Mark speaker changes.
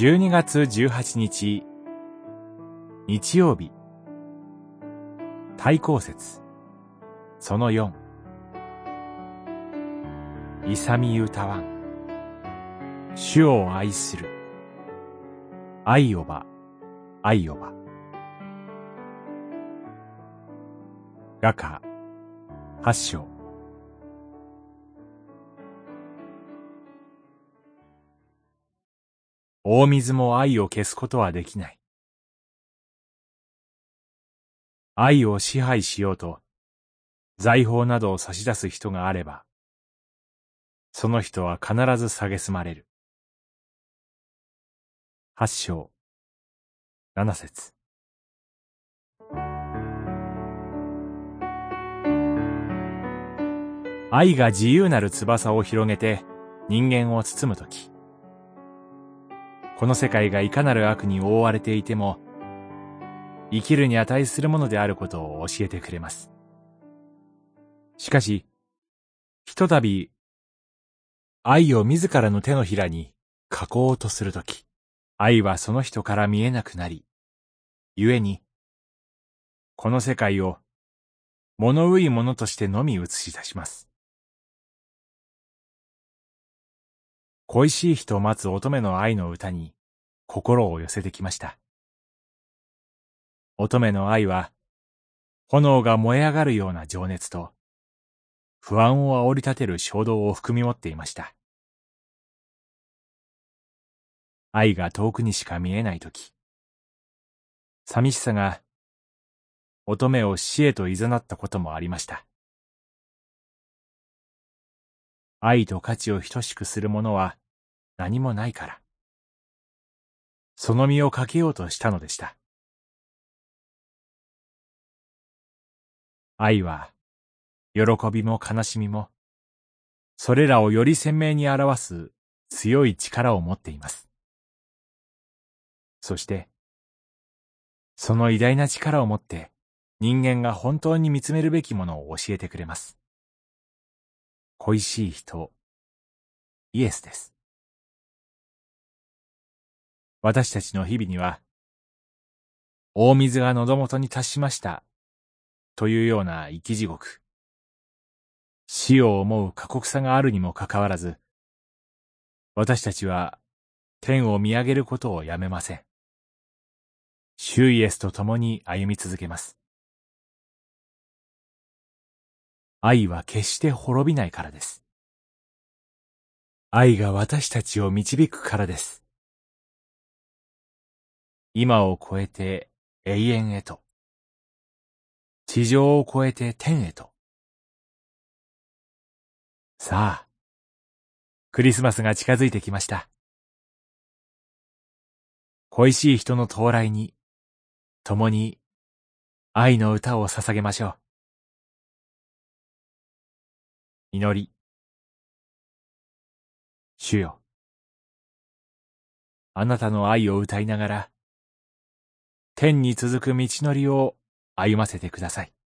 Speaker 1: 12月18日日曜日、大公説その4、勇み歌わん、主を愛する、愛をば、愛をば。画家八章。大水も愛を消すことはできない。愛を支配しようと財宝などを差し出す人があれば、その人は必ず蔑まれる。八章七節。愛が自由なる翼を広げて人間を包むとき、この世界がいかなる悪に覆われていても、生きるに値するものであることを教えてくれます。しかし、ひとたび愛を自らの手のひらに囲おうとするとき、愛はその人から見えなくなり、故に、この世界を物憂いものとしてのみ映し出します。恋しい人を待つ乙女の愛の歌に心を寄せてきました。乙女の愛は、炎が燃え上がるような情熱と、不安を煽り立てる衝動を含み持っていました。愛が遠くにしか見えないとき、寂しさが乙女を死へと誘ったこともありました。愛と価値を等しくするものは何もないから、その身をかけようとしたのでした。愛は、喜びも悲しみも、それらをより鮮明に表す強い力を持っています。そして、その偉大な力を持って人間が本当に見つめるべきものを教えてくれます。恋しい人、イエスです。私たちの日々には、大水が喉元に達しましたというような生き地獄、死を思う過酷さがあるにもかかわらず、私たちは天を見上げることをやめません。主イエスと共に歩み続けます。愛は決して滅びないからです。愛が私たちを導くからです。今を超えて永遠へと、地上を超えて天へと。さあ、クリスマスが近づいてきました。恋しい人の到来に、共に愛の歌を捧げましょう。祈り。主よ、あなたの愛を歌いながら、天に続く道のりを歩ませてください。